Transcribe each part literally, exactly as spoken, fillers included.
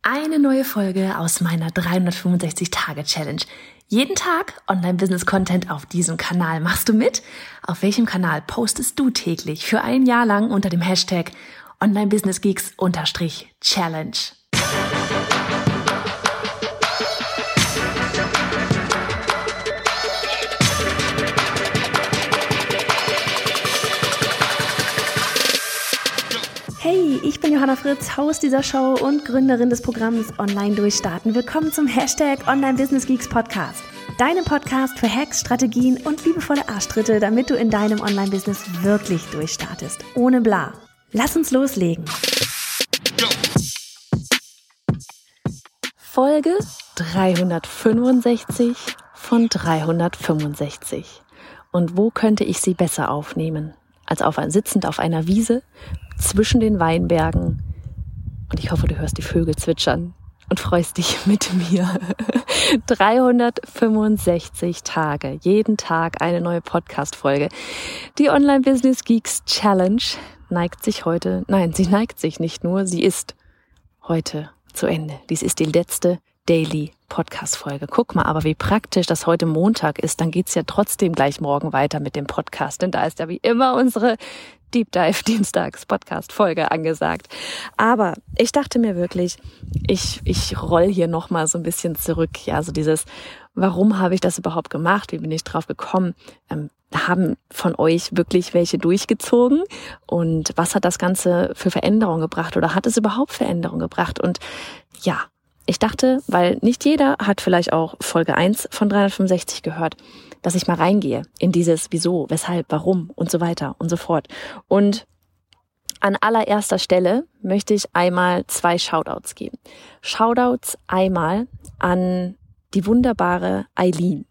Eine neue Folge aus meiner dreihundertfünfundsechzig-Tage-Challenge. Jeden Tag Online-Business-Content auf diesem Kanal. Machst du mit? Auf welchem Kanal postest du täglich für ein Jahr lang unter dem Hashtag Online-Business-Geeks-Challenge? Hey, ich bin Johanna Fritz, Host dieser Show und Gründerin des Programms Online Durchstarten. Willkommen zum Hashtag Online Business Geeks Podcast. Deinem Podcast für Hacks, Strategien und liebevolle Arschtritte, damit du in deinem Online-Business wirklich durchstartest. Ohne bla. Lass uns loslegen. Folge dreihundertfünfundsechzig von dreihundertfünfundsechzig. Und wo könnte ich sie besser aufnehmen, als auf, sitzend auf einer Wiese zwischen den Weinbergen, und ich hoffe, du hörst die Vögel zwitschern und freust dich mit mir. dreihundertfünfundsechzig Tage, jeden Tag eine neue Podcast-Folge. Die Online Business Geeks Challenge neigt sich heute, nein, sie neigt sich nicht nur, sie ist heute zu Ende. Dies ist die letzte Daily Podcast-Folge. Guck mal, aber wie praktisch, dass heute Montag ist, dann geht's ja trotzdem gleich morgen weiter mit dem Podcast, denn da ist ja wie immer unsere Deep Dive Dienstags Podcast Folge angesagt. Aber ich dachte mir wirklich, ich ich roll hier noch mal so ein bisschen zurück, ja, so dieses, warum habe ich das überhaupt gemacht? Wie bin ich drauf gekommen? Ähm, haben von euch wirklich welche durchgezogen? Und was hat das Ganze für Veränderungen gebracht? Oder hat es überhaupt Veränderungen gebracht? Und ja, ich dachte, weil nicht jeder hat vielleicht auch Folge eins von dreihundertfünfundsechzig gehört, dass ich mal reingehe in dieses Wieso, weshalb, warum und so weiter und so fort. Und an allererster Stelle möchte ich einmal zwei Shoutouts geben. Shoutouts einmal an die wunderbare Eileen.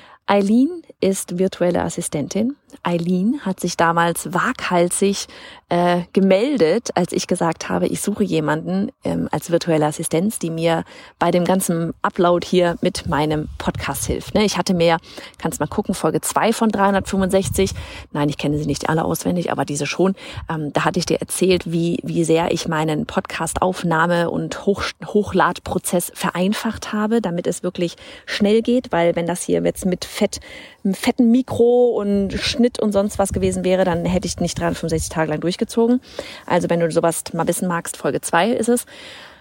Eileen ist virtuelle Assistentin. Eileen hat sich damals waghalsig äh, gemeldet, als ich gesagt habe, ich suche jemanden ähm, als virtuelle Assistenz, die mir bei dem ganzen Upload hier mit meinem Podcast hilft. Ne? Ich hatte mir, kannst mal gucken, Folge zwei von dreihundertfünfundsechzig. Nein, ich kenne sie nicht alle auswendig, aber diese schon. Ähm, da hatte ich dir erzählt, wie wie sehr ich meinen Podcast-Aufnahme- und Hoch, Hochladprozess vereinfacht habe, damit es wirklich schnell geht, weil wenn das hier jetzt mit Fett, einem fetten Mikro und Schnitt und sonst was gewesen wäre, dann hätte ich nicht dreihundertfünfundsechzig Tage lang durchgezogen. Also wenn du sowas mal wissen magst, Folge zwei ist es.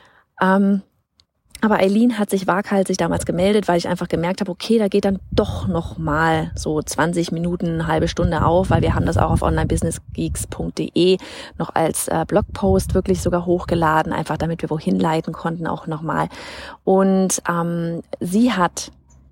Ähm, aber Eileen hat sich waghalsig damals gemeldet, weil ich einfach gemerkt habe, okay, da geht dann doch noch mal so zwanzig Minuten, eine halbe Stunde auf, weil wir haben das auch auf online business geeks punkt de noch als äh, Blogpost wirklich sogar hochgeladen, einfach damit wir wohin leiten konnten auch nochmal. Und ähm, sie hat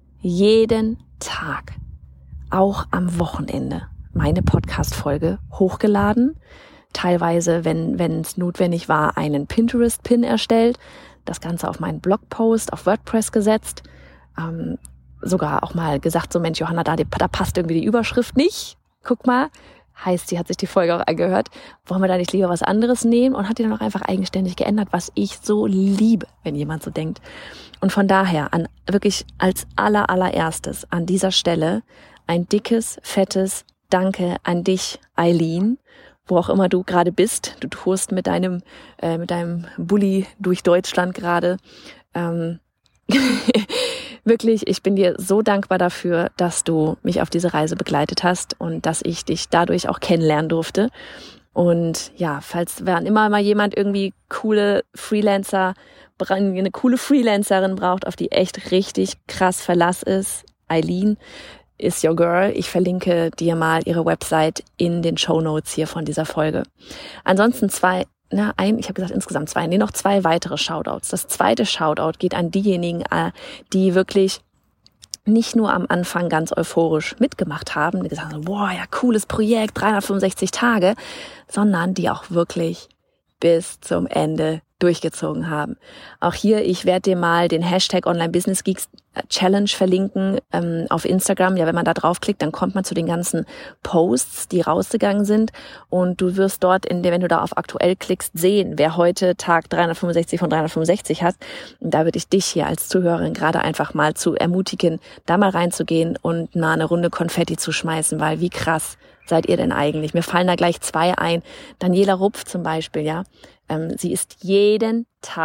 jeden Tag, auch am Wochenende, meine Podcast-Folge hochgeladen. Teilweise, wenn wenn es notwendig war, einen Pinterest-Pin erstellt, das Ganze auf meinen Blogpost, auf WordPress gesetzt, ähm, sogar auch mal gesagt, so Mensch, Johanna, da, da passt irgendwie die Überschrift nicht. Guck mal, heißt, sie hat sich die Folge auch angehört. Wollen wir da nicht lieber was anderes nehmen? Und hat die dann auch einfach eigenständig geändert, was ich so liebe, wenn jemand so denkt. Und von daher, an wirklich als aller allererstes an dieser Stelle ein dickes, fettes Danke an dich, Eileen, wo auch immer du gerade bist. Du tourst mit deinem äh, mit deinem Bulli durch Deutschland gerade. Ähm, Wirklich, ich bin dir so dankbar dafür, dass du mich auf diese Reise begleitet hast und dass ich dich dadurch auch kennenlernen durfte. Und ja, falls wann immer mal jemand irgendwie coole Freelancer, eine coole Freelancerin braucht, auf die echt richtig krass Verlass ist, Eileen is your girl. Ich verlinke dir mal ihre Website in den Shownotes hier von dieser Folge. Ansonsten zwei Na, ein, ich habe gesagt insgesamt zwei, nee, noch zwei weitere Shoutouts. Das zweite Shoutout geht an diejenigen, die wirklich nicht nur am Anfang ganz euphorisch mitgemacht haben, die gesagt haben, boah, ja, cooles Projekt, dreihundertfünfundsechzig Tage, sondern die auch wirklich bis zum Ende durchgezogen haben. Auch hier, ich werde dir mal den Hashtag Online Business Geeks Challenge verlinken ähm, auf Instagram. Ja, wenn man da draufklickt, dann kommt man zu den ganzen Posts, die rausgegangen sind, und du wirst dort, in der, wenn du da auf aktuell klickst, sehen, wer heute Tag dreihundertfünfundsechzig von dreihundertfünfundsechzig hat. Und da würde ich dich hier als Zuhörerin gerade einfach mal zu ermutigen, da mal reinzugehen und mal eine Runde Konfetti zu schmeißen, weil wie krass seid ihr denn eigentlich? Mir fallen da gleich zwei ein. Daniela Rupf zum Beispiel, ja. Ähm, sie ist jeden Tag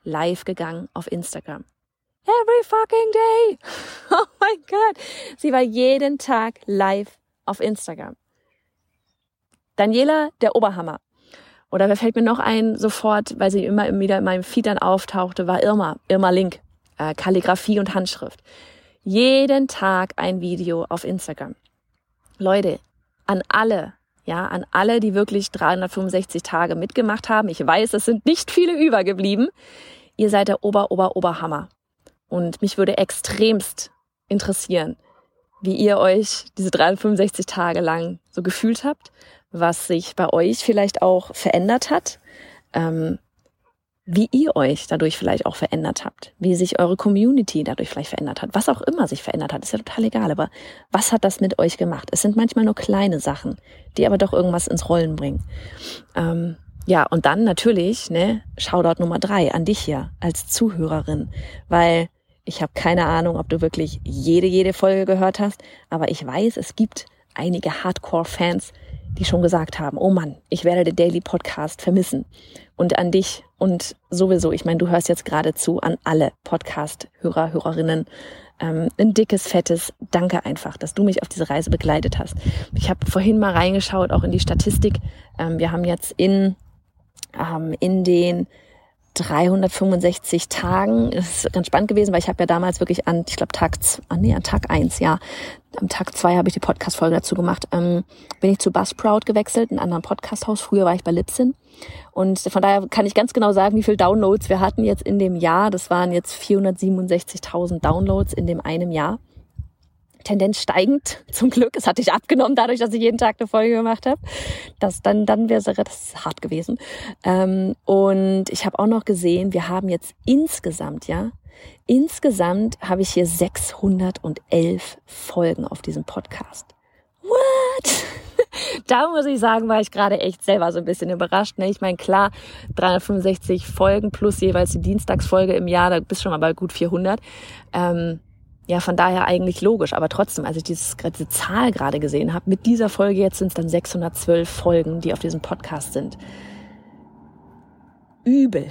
live gegangen auf Instagram. Every fucking day. Oh mein Gott. Sie war jeden Tag live auf Instagram. Daniela, der Oberhammer. Oder wer fällt mir noch ein sofort, weil sie immer wieder in meinem Feed dann auftauchte, war Irma, Irma Link, äh, Kalligrafie und Handschrift. Jeden Tag ein Video auf Instagram. Leute, an alle, ja, an alle, die wirklich dreihundertfünfundsechzig Tage mitgemacht haben. Ich weiß, es sind nicht viele übergeblieben. Ihr seid der Ober, Ober, Oberhammer. Und mich würde extremst interessieren, wie ihr euch diese dreihundertfünfundsechzig Tage lang so gefühlt habt, was sich bei euch vielleicht auch verändert hat, ähm, wie ihr euch dadurch vielleicht auch verändert habt, wie sich eure Community dadurch vielleicht verändert hat, was auch immer sich verändert hat, ist ja total egal, aber was hat das mit euch gemacht? Es sind manchmal nur kleine Sachen, die aber doch irgendwas ins Rollen bringen. Ähm, ja, und dann natürlich, ne, Shoutout Nummer drei an dich hier als Zuhörerin, weil ich habe keine Ahnung, ob du wirklich jede, jede Folge gehört hast, aber ich weiß, es gibt einige Hardcore-Fans, die schon gesagt haben, oh Mann, ich werde den Daily Podcast vermissen. Und an dich und sowieso, ich meine, du hörst jetzt gerade zu, an alle Podcast-Hörer, Hörerinnen, ähm, ein dickes, fettes Danke einfach, dass du mich auf diese Reise begleitet hast. Ich habe vorhin mal reingeschaut, auch in die Statistik. Ähm, wir haben jetzt in, ähm, in den dreihundertfünfundsechzig Tagen, das ist ganz spannend gewesen, weil ich habe ja damals wirklich an, ich glaube Tag, ah nee, an Tag eins, ja, am Tag zwei habe ich die Podcast-Folge dazu gemacht, ähm, bin ich zu Buzzsprout gewechselt, einem anderen Podcast-Haus. Früher war ich bei Libsyn und von daher kann ich ganz genau sagen, wie viele Downloads wir hatten jetzt in dem Jahr. Das waren jetzt vierhundertsiebenundsechzigtausend Downloads in dem einem Jahr. Tendenz steigend, zum Glück. Es hat nicht abgenommen, dadurch, dass ich jeden Tag eine Folge gemacht habe. Das, dann dann wäre das hart gewesen. Ähm, und ich habe auch noch gesehen, wir haben jetzt insgesamt, ja, insgesamt habe ich hier sechshundertelf Folgen auf diesem Podcast. What? Da muss ich sagen, war ich gerade echt selber so ein bisschen überrascht. Ne? Ich meine, klar, dreihundertfünfundsechzig Folgen plus jeweils die Dienstagsfolge im Jahr, da bist du schon mal bei gut vierhundert. Ähm, Ja, von daher eigentlich logisch, aber trotzdem, als ich dieses, diese Zahl gerade gesehen habe, mit dieser Folge jetzt sind es dann sechshundertzwölf Folgen, die auf diesem Podcast sind. Übel.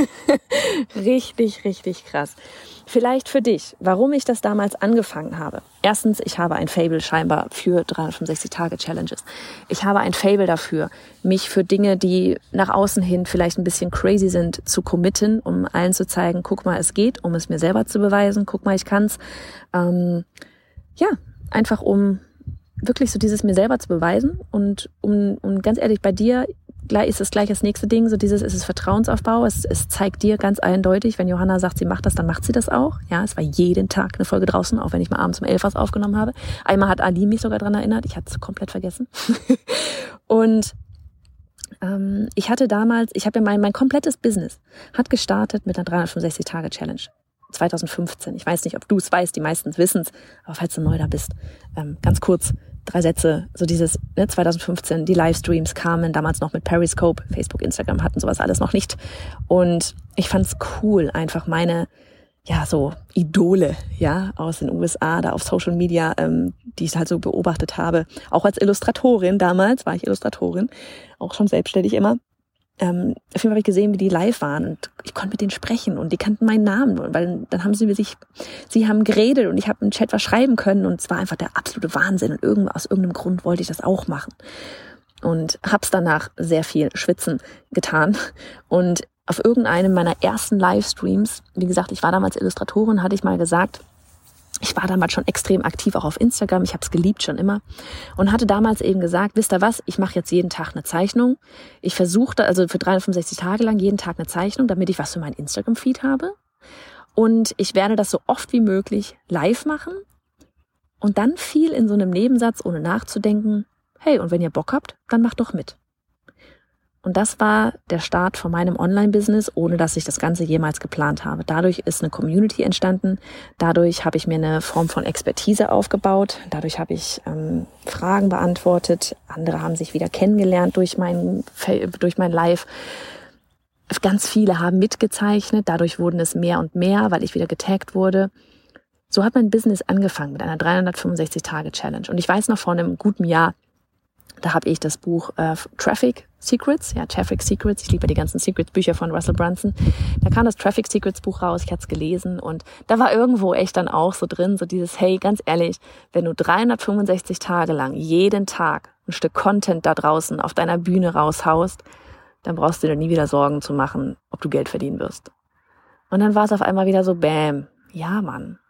Richtig, richtig krass. Vielleicht für dich, warum ich das damals angefangen habe. Erstens, ich habe ein Faible scheinbar für dreihundertfünfundsechzig Tage Challenges. Ich habe ein Faible dafür, mich für Dinge, die nach außen hin vielleicht ein bisschen crazy sind, zu committen, um allen zu zeigen, guck mal, es geht, um es mir selber zu beweisen, guck mal, ich kann's. Ähm, ja, einfach um wirklich so dieses mir selber zu beweisen und um, um ganz ehrlich, bei dir ist es gleich das nächste Ding, so dieses, ist es Vertrauensaufbau, es, es zeigt dir ganz eindeutig, wenn Johanna sagt, sie macht das, dann macht sie das auch. Ja, es war jeden Tag eine Folge draußen, auch wenn ich mal abends um elf was aufgenommen habe. Einmal hat Ali mich sogar dran erinnert, ich hatte es komplett vergessen. Und ähm, ich hatte damals, ich habe ja mein, mein komplettes Business hat gestartet mit einer dreihundertfünfundsechzig Tage Challenge. zweitausendfünfzehn. Ich weiß nicht, ob du es weißt, die meisten wissen es, aber falls du neu da bist, ähm, ganz kurz, drei Sätze, so dieses, ne, zweitausendfünfzehn, die Livestreams kamen damals noch mit Periscope, Facebook, Instagram hatten sowas alles noch nicht. Und ich fand's cool, einfach meine, ja, so Idole, ja, aus den U S A, da auf Social Media, ähm, die ich halt so beobachtet habe. Auch als Illustratorin damals, war ich Illustratorin, auch schon selbstständig immer. Ähm, auf jeden Fall habe ich gesehen, wie die live waren und ich konnte mit denen sprechen und die kannten meinen Namen, weil dann haben sie mir sich, sie haben geredet und ich habe im Chat was schreiben können und es war einfach der absolute Wahnsinn und irgend, aus irgendeinem Grund wollte ich das auch machen und hab's danach sehr viel schwitzen getan und auf irgendeinem meiner ersten Livestreams, wie gesagt, ich war damals Illustratorin, hatte ich mal gesagt, ich war damals schon extrem aktiv, auch auf Instagram. Ich habe es geliebt schon immer und hatte damals eben gesagt, wisst ihr was, ich mache jetzt jeden Tag eine Zeichnung. Ich versuchte also für dreihundertfünfundsechzig Tage lang jeden Tag eine Zeichnung, damit ich was für meinen Instagram-Feed habe. Und ich werde das so oft wie möglich live machen. Und dann fiel in so einem Nebensatz, ohne nachzudenken, hey, und wenn ihr Bock habt, dann macht doch mit. Und das war der Start von meinem Online-Business, ohne dass ich das Ganze jemals geplant habe. Dadurch ist eine Community entstanden. Dadurch habe ich mir eine Form von Expertise aufgebaut. Dadurch habe ich ähm, Fragen beantwortet. Andere haben sich wieder kennengelernt durch mein, durch mein Live. Ganz viele haben mitgezeichnet. Dadurch wurden es mehr und mehr, weil ich wieder getaggt wurde. So hat mein Business angefangen mit einer dreihundertfünfundsechzig Tage Challenge. Und ich weiß noch, vor einem guten Jahr Da habe ich das Buch äh, Traffic Secrets, ja, Traffic Secrets, ich liebe die ganzen Secrets-Bücher von Russell Brunson. Da kam das Traffic Secrets Buch raus, ich hatte es gelesen und da war irgendwo echt dann auch so drin, so dieses, hey, ganz ehrlich, wenn du dreihundertfünfundsechzig Tage lang jeden Tag ein Stück Content da draußen auf deiner Bühne raushaust, dann brauchst du dir nie wieder Sorgen zu machen, ob du Geld verdienen wirst. Und dann war es auf einmal wieder so, bam, ja, Mann.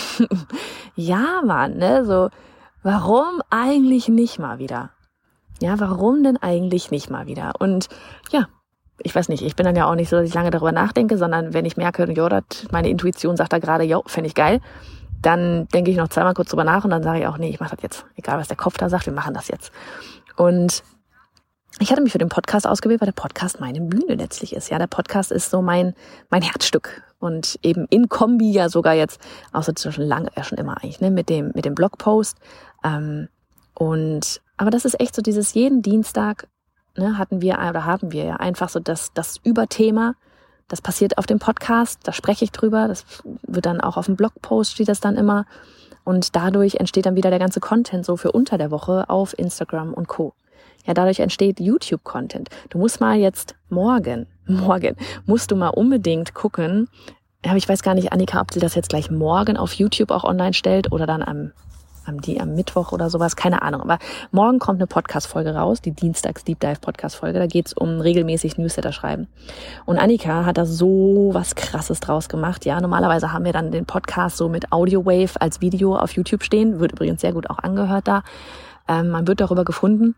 ja, Mann, ne, so, warum eigentlich nicht mal wieder? Ja, warum denn eigentlich nicht mal wieder? Und ja, ich weiß nicht, ich bin dann ja auch nicht so, dass ich lange darüber nachdenke, sondern wenn ich merke, jo, dat, meine Intuition sagt da gerade, jo, fände ich geil, dann denke ich noch zweimal kurz drüber nach und dann sage ich auch, nee, ich mache das jetzt. Egal, was der Kopf da sagt, wir machen das jetzt. Und ich hatte mich für den Podcast ausgewählt, weil der Podcast meine Bühne letztlich ist. Ja, der Podcast ist so mein mein Herzstück und eben in Kombi ja sogar jetzt, außer schon lange, ja schon immer eigentlich, ne, mit dem mit dem Blogpost. Ähm, und aber das ist echt so dieses jeden Dienstag, ne, hatten wir oder haben wir ja einfach so das das Überthema. Das passiert auf dem Podcast, da spreche ich drüber. Das wird dann auch auf dem Blogpost steht das dann immer und dadurch entsteht dann wieder der ganze Content so für unter der Woche auf Instagram und Co. Ja, dadurch entsteht YouTube-Content. Du musst mal jetzt morgen, morgen, musst du mal unbedingt gucken. Aber ich weiß gar nicht, Annika, ob sie das jetzt gleich morgen auf YouTube auch online stellt oder dann am, am, die, am Mittwoch oder sowas. Keine Ahnung. Aber morgen kommt eine Podcast-Folge raus, die Dienstags-Deep Dive-Podcast-Folge. Da geht's um regelmäßig Newsletter schreiben. Und Annika hat da so was Krasses draus gemacht. Ja, normalerweise haben wir dann den Podcast so mit Audio Wave als Video auf YouTube stehen. Wird übrigens sehr gut auch angehört da. Ähm, man wird darüber gefunden.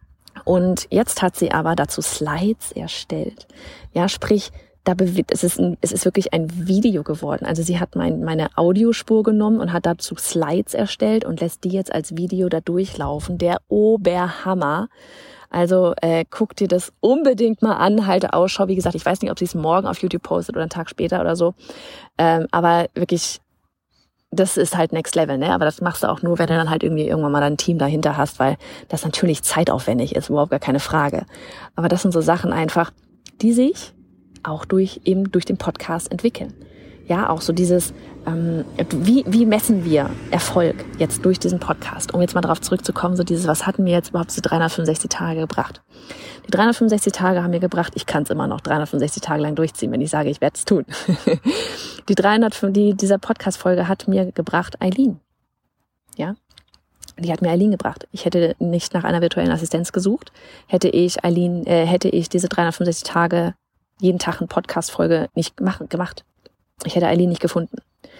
Und jetzt hat sie aber dazu Slides erstellt. Ja, sprich, da be- es ist ein, es ist wirklich ein Video geworden. Also sie hat mein, meine Audiospur genommen und hat dazu Slides erstellt und lässt die jetzt als Video da durchlaufen. Der Oberhammer. Also äh, guck dir das unbedingt mal an, halte Ausschau. Wie gesagt, ich weiß nicht, ob sie es morgen auf YouTube postet oder einen Tag später oder so. Ähm, aber wirklich, das ist halt Next Level, ne? Aber das machst du auch nur, wenn du dann halt irgendwie irgendwann mal dein Team dahinter hast, weil das natürlich zeitaufwendig ist, überhaupt gar keine Frage. Aber das sind so Sachen einfach, die sich auch durch eben durch den Podcast entwickeln. Ja, auch so dieses, ähm, wie wie messen wir Erfolg jetzt durch diesen Podcast? Um jetzt mal darauf zurückzukommen, so dieses, was hatten mir jetzt überhaupt diese dreihundertfünfundsechzig Tage gebracht? Die dreihundertfünfundsechzig Tage haben mir gebracht, ich kann es immer noch dreihundertfünfundsechzig Tage lang durchziehen, wenn ich sage, ich werde es tun. die dreihundert, die, dieser Podcast-Folge hat mir gebracht Eileen. Ja, die hat mir Eileen gebracht. Ich hätte nicht nach einer virtuellen Assistenz gesucht, hätte ich Eileen, äh, hätte ich diese dreihundertfünfundsechzig Tage jeden Tag eine Podcast-Folge nicht gemacht. gemacht. Ich hätte Eileen nicht gefunden.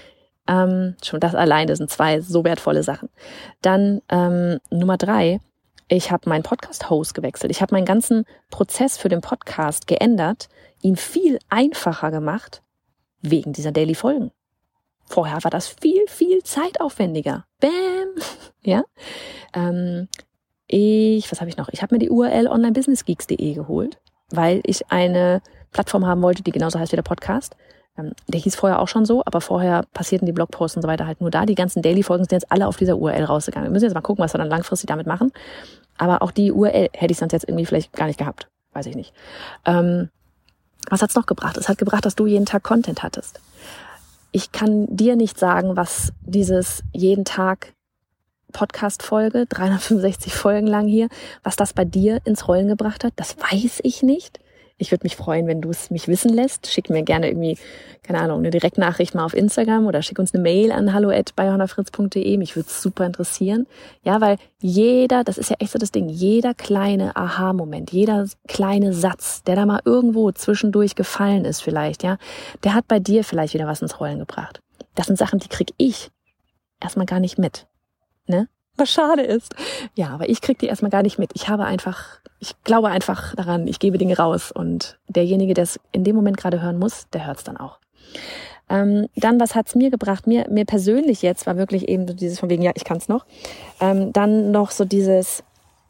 Ähm, schon das allein, das sind zwei so wertvolle Sachen. Dann ähm, Nummer drei, ich habe meinen Podcast-Host gewechselt. Ich habe meinen ganzen Prozess für den Podcast geändert, ihn viel einfacher gemacht, wegen dieser Daily-Folgen. Vorher war das viel, viel zeitaufwendiger. Bam! Ja. Ähm, ich, was habe ich noch? Ich habe mir die U R L online business geeks punkt de geholt, weil ich eine Plattform haben wollte, die genauso heißt wie der Podcast. Ähm, der hieß vorher auch schon so, aber vorher passierten die Blogposts und so weiter halt nur da. Die ganzen Daily-Folgen sind jetzt alle auf dieser U R L rausgegangen. Wir müssen jetzt mal gucken, was wir dann langfristig damit machen. Aber auch die U R L hätte ich sonst jetzt irgendwie vielleicht gar nicht gehabt. Weiß ich nicht. Ähm, was hat's noch gebracht? Es hat gebracht, dass du jeden Tag Content hattest. Ich kann dir nicht sagen, was dieses jeden Tag Podcast-Folge, dreihundertfünfundsechzig Folgen lang hier, was das bei dir ins Rollen gebracht hat. Das weiß ich nicht. Ich würde mich freuen, wenn du es mich wissen lässt. Schick mir gerne irgendwie, keine Ahnung, eine Direktnachricht mal auf Instagram oder schick uns eine Mail an hallo at bei johanna fritz punkt de. Mich würde es super interessieren. Ja, weil jeder, das ist ja echt so das Ding, jeder kleine Aha-Moment, jeder kleine Satz, der da mal irgendwo zwischendurch gefallen ist vielleicht, ja, der hat bei dir vielleicht wieder was ins Rollen gebracht. Das sind Sachen, die krieg ich erstmal gar nicht mit, ne? Was schade ist. Ja, aber ich krieg die erstmal gar nicht mit. Ich habe einfach, ich glaube einfach daran, ich gebe Dinge raus und derjenige, der es in dem Moment gerade hören muss, der hört es dann auch. Ähm, dann, was hat's mir gebracht? Mir, mir persönlich jetzt war wirklich eben so dieses von wegen, ja, ich kann's noch. Ähm, dann noch so dieses,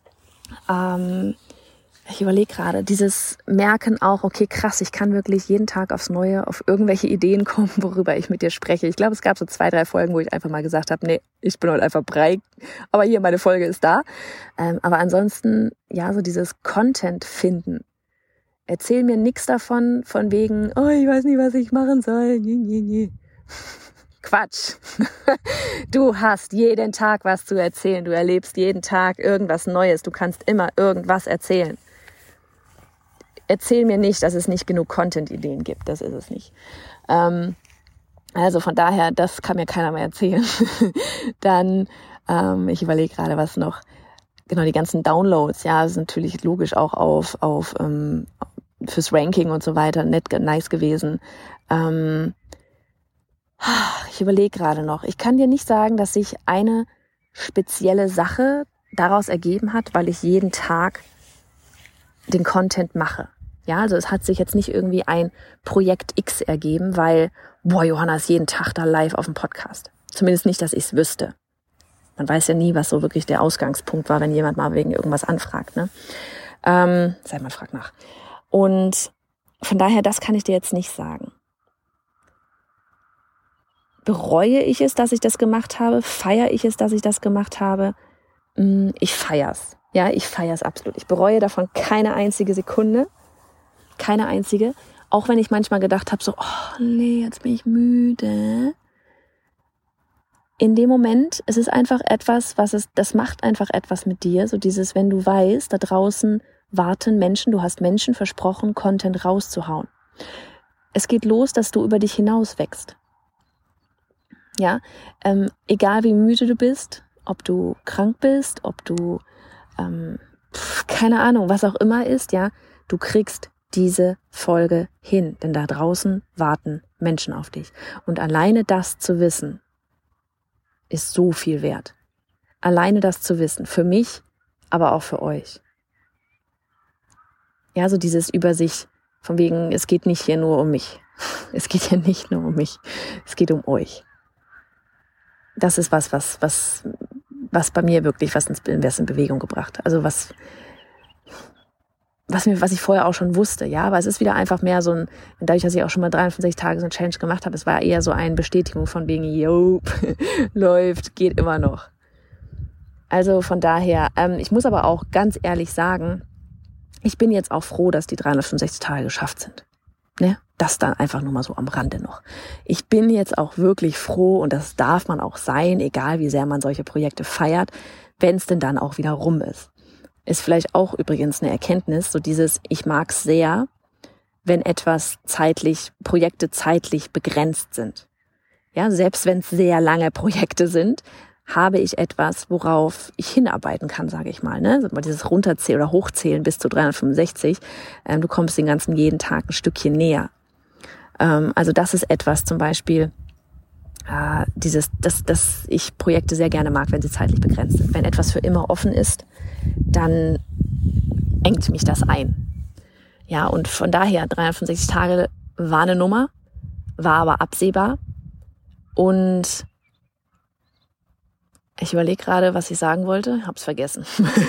ähm, ich überlege gerade, dieses Merken auch, okay, krass, ich kann wirklich jeden Tag aufs Neue auf irgendwelche Ideen kommen, worüber ich mit dir spreche. Ich glaube, es gab so zwei, drei Folgen, wo ich einfach mal gesagt habe, nee, ich bin heute einfach breit, aber hier, meine Folge ist da. Ähm, aber ansonsten, ja, so dieses Content finden. Erzähl mir nichts davon, von wegen, oh, ich weiß nicht, was ich machen soll. Nee, nee, nee. Quatsch. Du hast jeden Tag was zu erzählen. Du erlebst jeden Tag irgendwas Neues. Du kannst immer irgendwas erzählen. Erzähl mir nicht, dass es nicht genug Content-Ideen gibt. Das ist es nicht. Ähm, also von daher, das kann mir keiner mehr erzählen. Dann, ähm, ich überlege gerade, was noch. Genau, die ganzen Downloads, ja, ist natürlich logisch auch auf, auf ähm, fürs Ranking und so weiter nett, nice gewesen. Ähm, ich überlege gerade noch. Ich kann dir nicht sagen, dass sich eine spezielle Sache daraus ergeben hat, weil ich jeden Tag den Content mache. Ja, also es hat sich jetzt nicht irgendwie ein Projekt X ergeben, weil, boah, Johanna ist jeden Tag da live auf dem Podcast. Zumindest nicht, dass ich es wüsste. Man weiß ja nie, was so wirklich der Ausgangspunkt war, wenn jemand mal wegen irgendwas anfragt. Ne? Ähm, sei mal, frag nach. Und von daher, das kann ich dir jetzt nicht sagen. Bereue ich es, dass ich das gemacht habe? Feiere ich es, dass ich das gemacht habe? Ich feier's. Ja, ich feier's absolut. Ich bereue davon keine einzige Sekunde. Keine einzige. Auch wenn ich manchmal gedacht habe, so, oh nee, jetzt bin ich müde. In dem Moment, es ist einfach etwas, was es, das macht einfach etwas mit dir. So dieses, wenn du weißt, da draußen warten Menschen, du hast Menschen versprochen, Content rauszuhauen. Es geht los, dass du über dich hinaus wächst. Ja, ähm, egal wie müde du bist, ob du krank bist, ob du, ähm, pf, keine Ahnung, was auch immer ist, ja, du kriegst diese Folge hin, denn da draußen warten Menschen auf dich. Und alleine das zu wissen, ist so viel wert. Alleine das zu wissen, für mich, aber auch für euch. Ja, so dieses über sich, von wegen, es geht nicht hier nur um mich. Es geht ja nicht nur um mich, es geht um euch. Das ist was, was, was, was bei mir wirklich was in, was in Bewegung gebracht hat. Also was, was mir, was ich vorher auch schon wusste, ja, aber es ist wieder einfach mehr so ein, dadurch, dass ich auch schon mal dreiundfünfzig Tage so ein Challenge gemacht habe, es war eher so eine Bestätigung von wegen, yo, läuft, geht immer noch. Also von daher, ähm, ich muss aber auch ganz ehrlich sagen, ich bin jetzt auch froh, dass die dreihundertfünfundsechzig Tage geschafft sind. Ne? Das dann einfach nur mal so am Rande noch. Ich bin jetzt auch wirklich froh, und das darf man auch sein, egal wie sehr man solche Projekte feiert, wenn es denn dann auch wieder rum ist. Ist vielleicht auch übrigens eine Erkenntnis, so dieses, ich mag es sehr, wenn etwas zeitlich, Projekte zeitlich begrenzt sind. Ja, selbst wenn es sehr lange Projekte sind, habe ich etwas, worauf ich hinarbeiten kann, sage ich mal. Ne? Dieses Runterzählen oder Hochzählen bis zu dreihundertfünfundsechzig, ähm, du kommst den ganzen jeden Tag ein Stückchen näher. Ähm, also das ist etwas zum Beispiel, äh, dieses, dass, dass ich Projekte sehr gerne mag, wenn sie zeitlich begrenzt sind. Wenn etwas für immer offen ist, dann engt mich das ein. Ja, und von daher, dreihundertfünfundsechzig Tage war eine Nummer, war aber absehbar. Und ich überlege gerade, was ich sagen wollte. Hab's vergessen.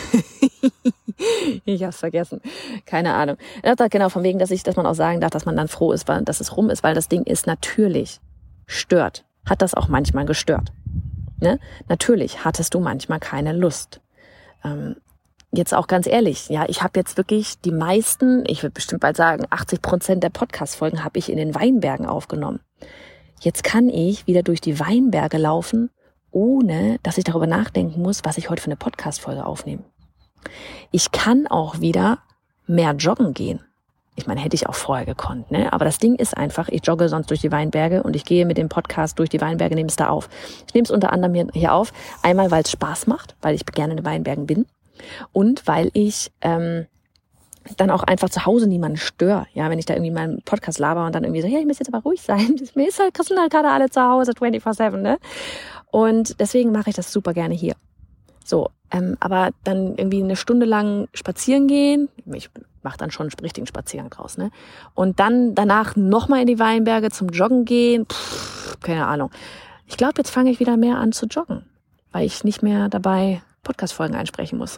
ich hab's vergessen. Keine Ahnung. Genau, von wegen, dass ich, dass man auch sagen darf, dass man dann froh ist, weil, dass es rum ist, weil das Ding ist natürlich stört. Hat das auch manchmal gestört. Ne? Natürlich hattest du manchmal keine Lust. Ähm, jetzt auch ganz ehrlich, ja, ich habe jetzt wirklich die meisten, ich würde bestimmt bald sagen, achtzig Prozent der Podcast-Folgen habe ich in den Weinbergen aufgenommen. Jetzt kann ich wieder durch die Weinberge laufen, ohne dass ich darüber nachdenken muss, was ich heute für eine Podcast-Folge aufnehme. Ich kann auch wieder mehr joggen gehen. Ich meine, hätte ich auch vorher gekonnt, ne? Aber das Ding ist einfach, ich jogge sonst durch die Weinberge und ich gehe mit dem Podcast durch die Weinberge, nehme es da auf. Ich nehme es unter anderem hier auf, einmal, weil es Spaß macht, weil ich gerne in den Weinbergen bin und weil ich ähm, dann auch einfach zu Hause niemanden störe. Ja, wenn ich da irgendwie meinen Podcast laber und dann irgendwie so, ja, ich muss jetzt aber ruhig sein. Mir ist halt, sind halt gerade alle zu Hause vierundzwanzig sieben, ne? Und deswegen mache ich das super gerne hier. So, ähm, aber dann irgendwie eine Stunde lang spazieren gehen, ich mache dann schon einen richtigen Spaziergang draus, ne? Und dann danach nochmal in die Weinberge zum Joggen gehen, pff, keine Ahnung. Ich glaube, jetzt fange ich wieder mehr an zu joggen, weil ich nicht mehr dabei Podcast-Folgen einsprechen muss.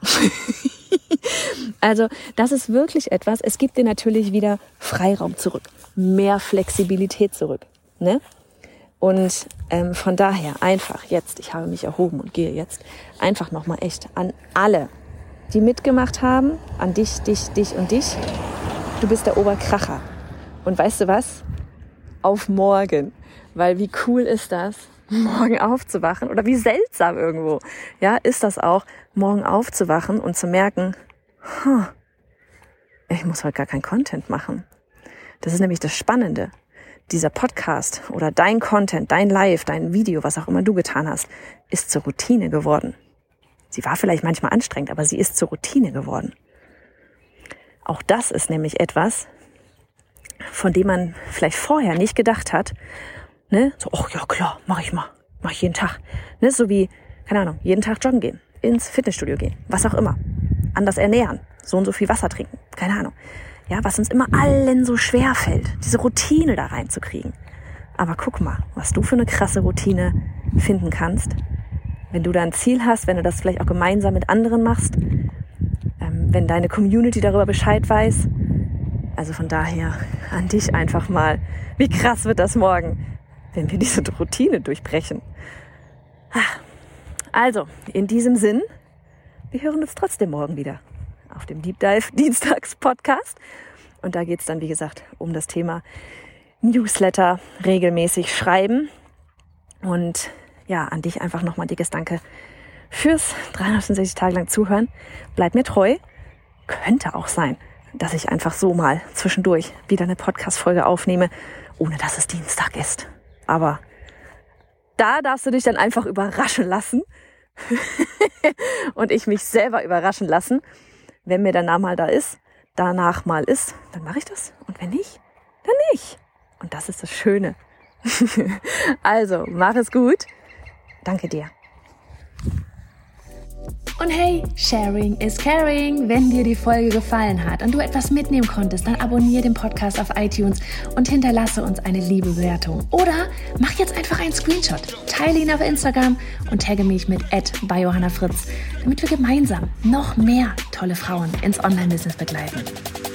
Also das ist wirklich etwas, es gibt dir natürlich wieder Freiraum zurück, mehr Flexibilität zurück, ne? Und ähm, von daher einfach jetzt, ich habe mich erhoben und gehe jetzt, einfach nochmal echt an alle, die mitgemacht haben, an dich, dich, dich und dich. Du bist der Oberkracher. Und weißt du was? auf morgen. Weil wie cool ist das, morgen aufzuwachen? Oder wie seltsam irgendwo, ja, ist das auch, morgen aufzuwachen und zu merken, huh, ich muss heute gar keinen Content machen. Das ist nämlich das Spannende. Dieser Podcast oder dein Content, dein Live, dein Video, was auch immer du getan hast, ist zur Routine geworden. Sie war vielleicht manchmal anstrengend, aber sie ist zur Routine geworden. Auch das ist nämlich etwas, von dem man vielleicht vorher nicht gedacht hat. Ne? So, oh ja klar, mach ich mal, mach ich jeden Tag. Ne? So wie, keine Ahnung, jeden Tag joggen gehen, ins Fitnessstudio gehen, was auch immer. Anders ernähren, so und so viel Wasser trinken, keine Ahnung. Ja, was uns immer allen so schwer fällt, diese Routine da reinzukriegen. Aber guck mal, was du für eine krasse Routine finden kannst, wenn du da ein Ziel hast, wenn du das vielleicht auch gemeinsam mit anderen machst, ähm, wenn deine Community darüber Bescheid weiß. Also von daher an dich einfach mal, wie krass wird das morgen, wenn wir diese Routine durchbrechen. Also, in diesem Sinn, wir hören uns trotzdem morgen wieder auf dem Deep Dive Dienstags Podcast. Und da geht es dann, wie gesagt, um das Thema Newsletter regelmäßig schreiben. Und ja, an dich einfach nochmal dickes Danke fürs dreihundertfünfundsechzig Tage lang Zuhören. Bleib mir treu. Könnte auch sein, dass ich einfach so mal zwischendurch wieder eine Podcast-Folge aufnehme, ohne dass es Dienstag ist. Aber da darfst du dich dann einfach überraschen lassen und ich mich selber überraschen lassen. Wenn mir danach mal da ist, danach mal ist, dann mache ich das. Und wenn nicht, dann nicht. Und das ist das Schöne. Also, mach es gut. Danke dir. Und hey, Sharing is Caring. Wenn dir die Folge gefallen hat und du etwas mitnehmen konntest, dann abonniere den Podcast auf iTunes und hinterlasse uns eine liebe Bewertung. Oder mach jetzt einfach einen Screenshot, teile ihn auf Instagram und tagge mich mit at bei Johanna Fritz, damit wir gemeinsam noch mehr tolle Frauen ins Online-Business begleiten.